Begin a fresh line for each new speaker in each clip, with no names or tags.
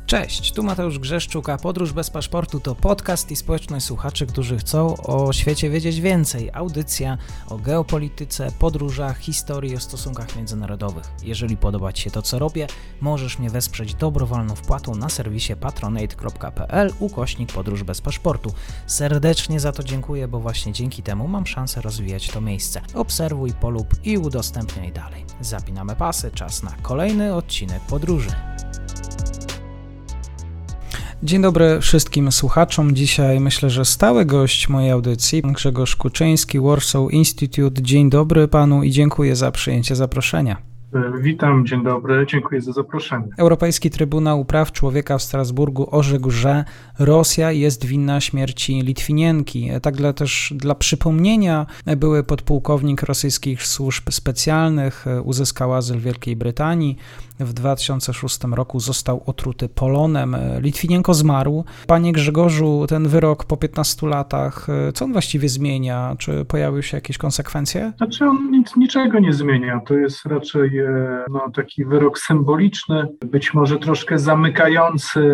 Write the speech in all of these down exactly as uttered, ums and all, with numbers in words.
Cześć, tu Mateusz Grzeszczuk, a Podróż bez paszportu to podcast i społeczność słuchaczy, którzy chcą o świecie wiedzieć więcej. Audycja o geopolityce, podróżach, historii, o stosunkach międzynarodowych. Jeżeli podoba Ci się to, co robię, możesz mnie wesprzeć dobrowolną wpłatą na serwisie patronate.pl ukośnik podróż bez paszportu. Serdecznie za to dziękuję, bo właśnie dzięki temu mam szansę rozwijać to miejsce. Obserwuj, polub i udostępniaj dalej. Zapinamy pasy, czas na kolejny odcinek podróży. Dzień dobry wszystkim słuchaczom. Dzisiaj myślę, że stały gość mojej audycji, Grzegorz Kuczyński, Warsaw Institute. Dzień dobry panu i dziękuję za przyjęcie zaproszenia.
Witam, dzień dobry, dziękuję za zaproszenie.
Europejski Trybunał Praw Człowieka w Strasburgu orzekł, że Rosja jest winna śmierci Litwinienki. Tak dla też dla przypomnienia, były podpułkownik rosyjskich służb specjalnych, uzyskał azyl w Wielkiej Brytanii. W dwa tysiące szóstym roku został otruty polonem. Litwinienko zmarł. Panie Grzegorzu, ten wyrok po piętnastu latach, co on właściwie zmienia? Czy pojawiły się jakieś konsekwencje?
Znaczy on nic, niczego nie zmienia. To jest raczej no, taki wyrok symboliczny, być może troszkę zamykający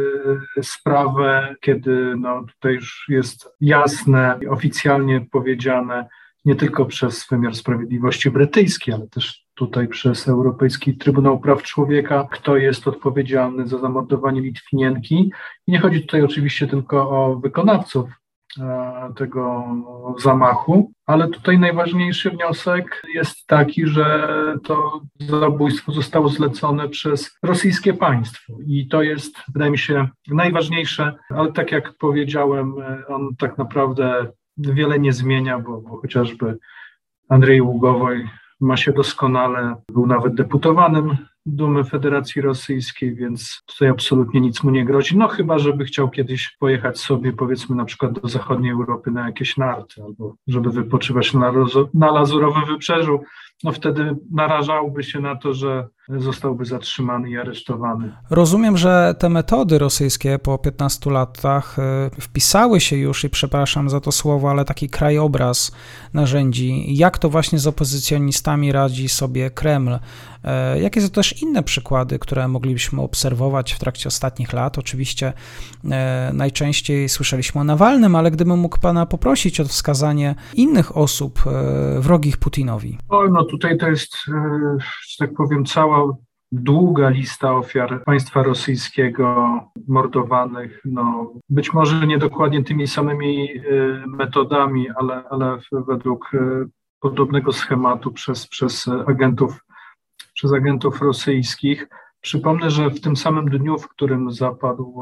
sprawę, kiedy no, tutaj już jest jasne i oficjalnie powiedziane nie tylko przez wymiar sprawiedliwości brytyjski, ale też tutaj przez Europejski Trybunał Praw Człowieka, kto jest odpowiedzialny za zamordowanie Litwinienki. I nie chodzi tutaj oczywiście tylko o wykonawców tego zamachu, ale tutaj najważniejszy wniosek jest taki, że to zabójstwo zostało zlecone przez rosyjskie państwo i to jest, wydaje mi się, najważniejsze, ale tak jak powiedziałem, on tak naprawdę wiele nie zmienia, bo, bo chociażby Andrzej Ługowoj ma się doskonale, był nawet deputowanym Dumy Federacji Rosyjskiej, więc tutaj absolutnie nic mu nie grozi. No chyba, żeby chciał kiedyś pojechać sobie, powiedzmy na przykład do zachodniej Europy na jakieś narty, albo żeby wypoczywać na, na Lazurowym Wybrzeżu, no wtedy narażałby się na to, że zostałby zatrzymany i aresztowany.
Rozumiem, że te metody rosyjskie po piętnastu latach wpisały się już, i przepraszam za to słowo, ale taki krajobraz narzędzi. Jak to właśnie z opozycjonistami radzi sobie Kreml? Jakie są też inne przykłady, które moglibyśmy obserwować w trakcie ostatnich lat? Oczywiście najczęściej słyszeliśmy o Nawalnym, ale gdybym mógł pana poprosić o wskazanie innych osób wrogich Putinowi.
O, no tutaj to jest, że tak powiem, cała długa lista ofiar państwa rosyjskiego mordowanych, no być może nie dokładnie tymi samymi metodami, ale, ale według podobnego schematu przez, przez agentów przez agentów rosyjskich. Przypomnę, że w tym samym dniu, w którym zapadł,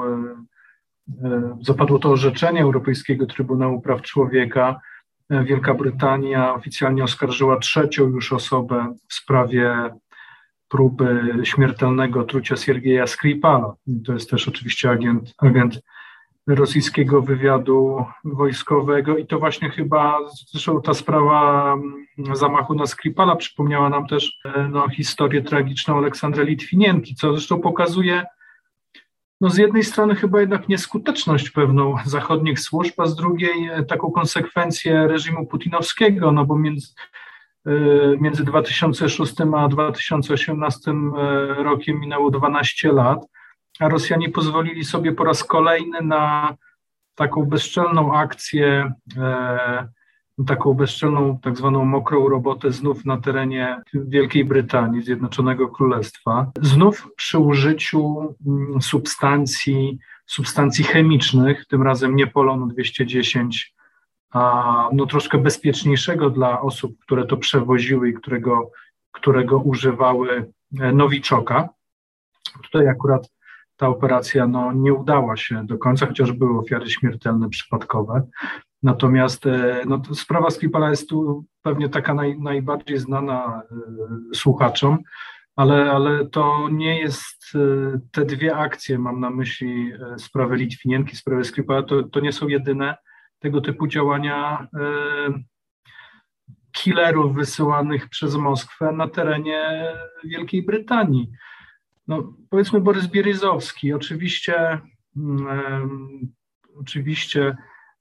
zapadło to orzeczenie Europejskiego Trybunału Praw Człowieka, Wielka Brytania oficjalnie oskarżyła trzecią już osobę w sprawie próby śmiertelnego trucia Siergieja Skripala. To jest też oczywiście agent, agent rosyjskiego wywiadu wojskowego i to właśnie chyba, zresztą ta sprawa zamachu na Skripala przypomniała nam też no, historię tragiczną Aleksandry Litwinienki, co zresztą pokazuje no, z jednej strony chyba jednak nieskuteczność pewną zachodnich służb, a z drugiej taką konsekwencję reżimu putinowskiego, no bo między, między dwa tysiące szóstym a dwa tysiące osiemnastym rokiem minęło dwanaście lat, a Rosjanie pozwolili sobie po raz kolejny na taką bezczelną akcję, e, taką bezczelną tak zwaną mokrą robotę znów na terenie Wielkiej Brytanii, Zjednoczonego Królestwa, znów przy użyciu mm, substancji, substancji chemicznych, tym razem nie polonu dwieście dziesięć, a no troszkę bezpieczniejszego dla osób, które to przewoziły i którego, którego używały nowiczoka. Tutaj akurat ta operacja no, nie udała się do końca, chociaż były ofiary śmiertelne przypadkowe. Natomiast no, sprawa Skripala jest tu pewnie taka naj, najbardziej znana y, słuchaczom, ale, ale to nie jest, y, te dwie akcje, mam na myśli y, sprawę Litwinienki, sprawę Skripala, to, to nie są jedyne tego typu działania y, killerów wysyłanych przez Moskwę na terenie Wielkiej Brytanii. No, powiedzmy Borys Bieryzowski, oczywiście, um, oczywiście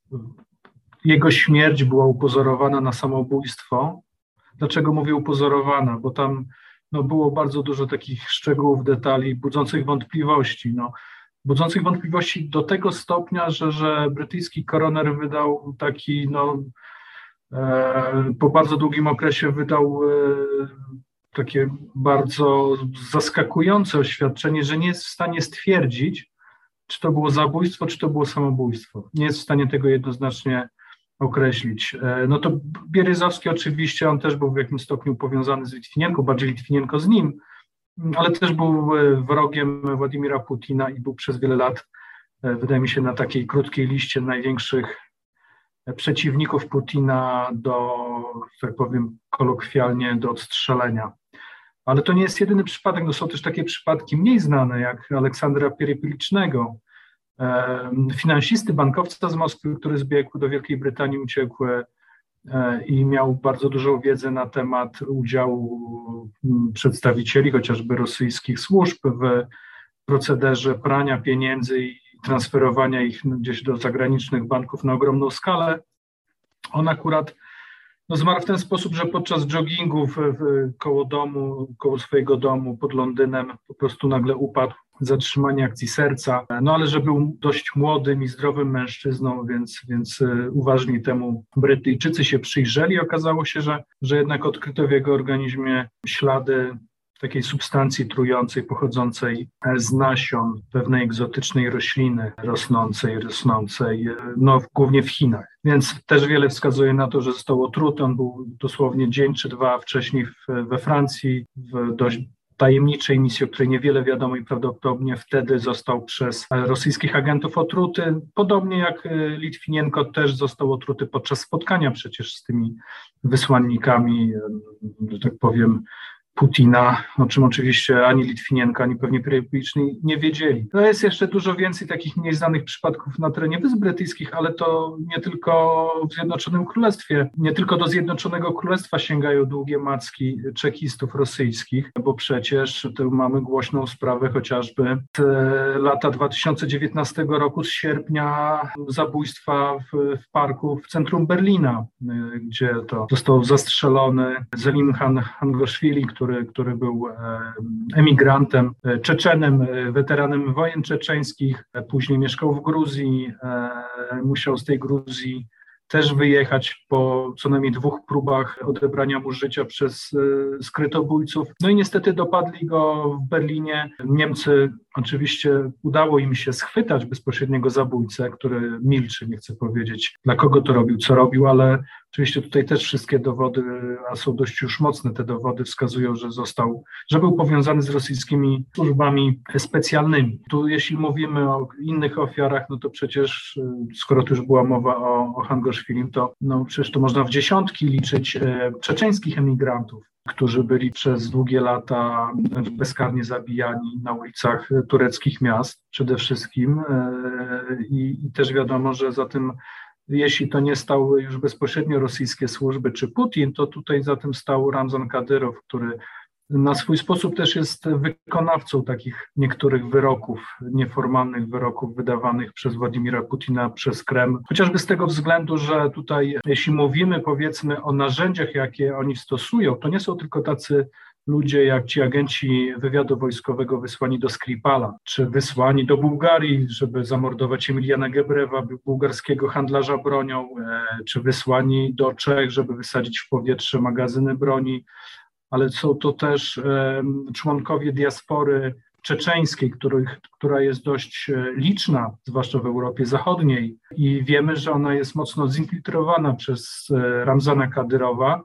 jego śmierć była upozorowana na samobójstwo. Dlaczego mówię upozorowana? Bo tam no, było bardzo dużo takich szczegółów, detali budzących wątpliwości. No, budzących wątpliwości do tego stopnia, że, że brytyjski koroner wydał taki, no, e, po bardzo długim okresie wydał e, takie bardzo zaskakujące oświadczenie, że nie jest w stanie stwierdzić, czy to było zabójstwo, czy to było samobójstwo. Nie jest w stanie tego jednoznacznie określić. No to Bieryzowski oczywiście, on też był w jakimś stopniu powiązany z Litwinienką, bardziej Litwinienko z nim, ale też był wrogiem Władimira Putina i był przez wiele lat, wydaje mi się, na takiej krótkiej liście największych przeciwników Putina do, tak powiem kolokwialnie, do odstrzelenia. Ale to nie jest jedyny przypadek, no są też takie przypadki mniej znane, jak Aleksandra Pierypilicznego, e, finansisty, bankowca z Moskwy, który zbiegł do Wielkiej Brytanii, uciekł e, i miał bardzo dużą wiedzę na temat udziału przedstawicieli chociażby rosyjskich służb w procederze prania pieniędzy i transferowania ich gdzieś do zagranicznych banków na ogromną skalę. On akurat no, zmarł w ten sposób, że podczas joggingu w, w, koło domu, koło swojego domu pod Londynem po prostu nagle upadł, zatrzymanie akcji serca, no ale że był dość młodym i zdrowym mężczyzną, więc, więc uważni temu Brytyjczycy się przyjrzeli. Okazało się, że, że jednak odkryto w jego organizmie ślady takiej substancji trującej pochodzącej z nasion pewnej egzotycznej rośliny rosnącej, rosnącej, no głównie w Chinach. Więc też wiele wskazuje na to, że został otruty. On był dosłownie dzień czy dwa wcześniej w, we Francji w dość tajemniczej misji, o której niewiele wiadomo i prawdopodobnie wtedy został przez rosyjskich agentów otruty. Podobnie jak Litwinienko też został otruty podczas spotkania przecież z tymi wysłannikami, że tak powiem, Putina, o czym oczywiście ani Litwinienko, ani pewnie Pierypiliczny nie wiedzieli. To jest jeszcze dużo więcej takich mniej znanych przypadków na terenie Wysp Brytyjskich, ale to nie tylko w Zjednoczonym Królestwie. Nie tylko do Zjednoczonego Królestwa sięgają długie macki czekistów rosyjskich, bo przecież tu mamy głośną sprawę chociażby z lata dwa tysiące dziewiętnastego roku, z sierpnia, zabójstwa w, w parku w centrum Berlina, gdzie to został zastrzelony Zelimkhan Hangoszwili, który Który, który był emigrantem, Czeczenem, weteranem wojen czeczeńskich, później mieszkał w Gruzji, musiał z tej Gruzji też wyjechać po co najmniej dwóch próbach odebrania mu życia przez skrytobójców. No i niestety dopadli go w Berlinie. Niemcy oczywiście udało im się schwytać bezpośredniego zabójcę, który milczy, nie chcę powiedzieć, dla kogo to robił, co robił, ale oczywiście tutaj też wszystkie dowody, a są dość już mocne te dowody, wskazują, że został, że był powiązany z rosyjskimi służbami specjalnymi. Tu jeśli mówimy o innych ofiarach, no to przecież, skoro tu już była mowa o, o Hangoszwilim, to no przecież to można w dziesiątki liczyć e, czeczeńskich emigrantów, którzy byli przez długie lata bezkarnie zabijani na ulicach tureckich miast przede wszystkim i, i też wiadomo, że za tym, jeśli to nie stały już bezpośrednio rosyjskie służby czy Putin, to tutaj za tym stał Ramzan Kadyrow, który na swój sposób też jest wykonawcą takich niektórych wyroków, nieformalnych wyroków wydawanych przez Władimira Putina, przez Kreml. Chociażby z tego względu, że tutaj, jeśli mówimy powiedzmy o narzędziach, jakie oni stosują, to nie są tylko tacy ludzie jak ci agenci wywiadu wojskowego wysłani do Skripala, czy wysłani do Bułgarii, żeby zamordować Emiliana Gebrewa, bułgarskiego handlarza bronią, czy wysłani do Czech, żeby wysadzić w powietrze magazyny broni, ale są to też członkowie diaspory czeczeńskiej, których, która jest dość liczna, zwłaszcza w Europie Zachodniej, i wiemy, że ona jest mocno zinfiltrowana przez Ramzana Kadyrowa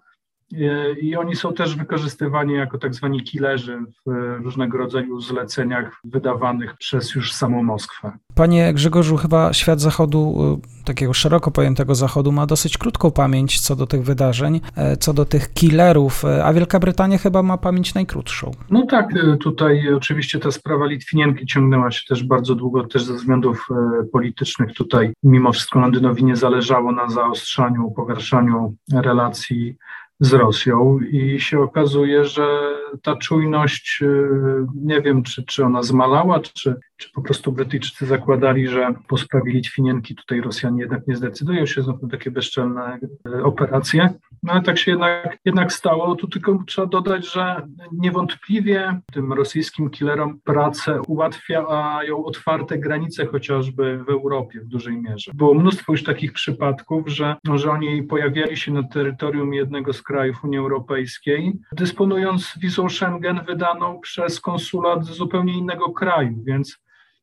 i oni są też wykorzystywani jako tak zwani killerzy w różnego rodzaju zleceniach wydawanych przez już samą Moskwę.
Panie Grzegorzu, chyba świat Zachodu, takiego szeroko pojętego Zachodu, ma dosyć krótką pamięć co do tych wydarzeń, co do tych killerów, a Wielka Brytania chyba ma pamięć najkrótszą.
No tak, tutaj oczywiście ta sprawa Litwinienki ciągnęła się też bardzo długo, też ze względów politycznych. Tutaj mimo wszystko Londynowi nie zależało na zaostrzaniu, pogarszaniu relacji z Rosją i się okazuje, że ta czujność, nie wiem, czy, czy ona zmalała, czy, czy po prostu Brytyjczycy zakładali, że po sprawie Litwinienki tutaj Rosjanie jednak nie zdecydują się znów na takie bezczelne operacje. No ale tak się jednak, jednak stało. Tu tylko trzeba dodać, że niewątpliwie tym rosyjskim killerom pracę ułatwiają otwarte granice chociażby w Europie w dużej mierze. Było mnóstwo już takich przypadków, że, że oni pojawiali się na terytorium jednego z krajów Unii Europejskiej, dysponując wizą Schengen wydaną przez konsulat zupełnie innego kraju, więc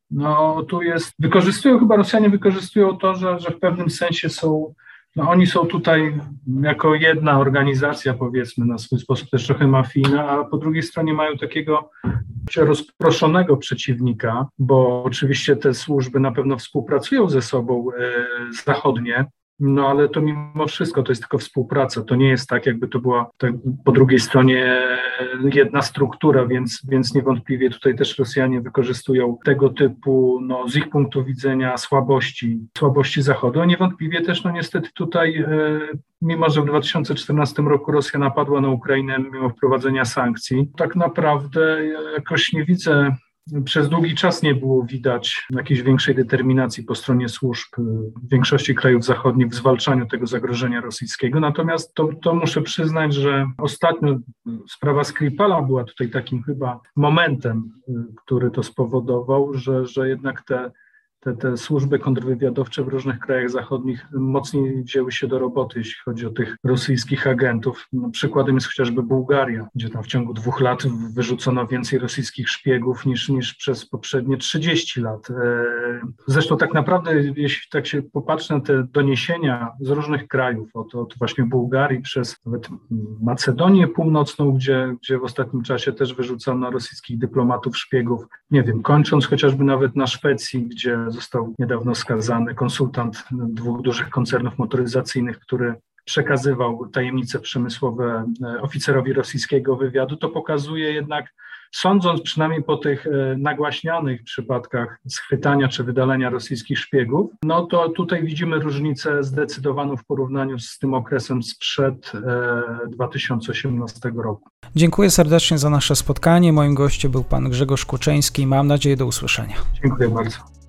no tu jest, wykorzystują, chyba Rosjanie wykorzystują to, że, że w pewnym sensie są, no oni są tutaj jako jedna organizacja, powiedzmy, na swój sposób też trochę mafijna, a po drugiej stronie mają takiego rozproszonego przeciwnika, bo oczywiście te służby na pewno współpracują ze sobą e, zachodnie, no ale to mimo wszystko to jest tylko współpraca, to nie jest tak, jakby to była tak, po drugiej stronie jedna struktura, więc, więc niewątpliwie tutaj też Rosjanie wykorzystują tego typu, no z ich punktu widzenia słabości, słabości Zachodu, a niewątpliwie też no niestety tutaj, e, mimo że w dwa tysiące czternastym roku Rosja napadła na Ukrainę mimo wprowadzenia sankcji, tak naprawdę jakoś nie widzę, przez długi czas nie było widać jakiejś większej determinacji po stronie służb w większości krajów zachodnich w zwalczaniu tego zagrożenia rosyjskiego. Natomiast to, to muszę przyznać, że ostatnio sprawa Skripala była tutaj takim chyba momentem, który to spowodował, że, że jednak te Te, te służby kontrwywiadowcze w różnych krajach zachodnich mocniej wzięły się do roboty, jeśli chodzi o tych rosyjskich agentów. No, przykładem jest chociażby Bułgaria, gdzie tam w ciągu dwóch lat wyrzucono więcej rosyjskich szpiegów niż, niż przez poprzednie trzydzieści lat. Zresztą tak naprawdę, jeśli tak się popatrzy na te doniesienia z różnych krajów, od, od właśnie Bułgarii przez nawet Macedonię Północną, gdzie, gdzie w ostatnim czasie też wyrzucono rosyjskich dyplomatów, szpiegów, nie wiem, kończąc chociażby nawet na Szwecji, gdzie został niedawno skazany konsultant dwóch dużych koncernów motoryzacyjnych, który przekazywał tajemnice przemysłowe oficerowi rosyjskiego wywiadu, to pokazuje jednak, sądząc przynajmniej po tych nagłaśnianych przypadkach schwytania czy wydalenia rosyjskich szpiegów, no to tutaj widzimy różnicę zdecydowaną w porównaniu z tym okresem sprzed dwa tysiące osiemnastego roku.
Dziękuję serdecznie za nasze spotkanie. Moim gościem był pan Grzegorz Kuczeński. Mam nadzieję do usłyszenia.
Dziękuję bardzo.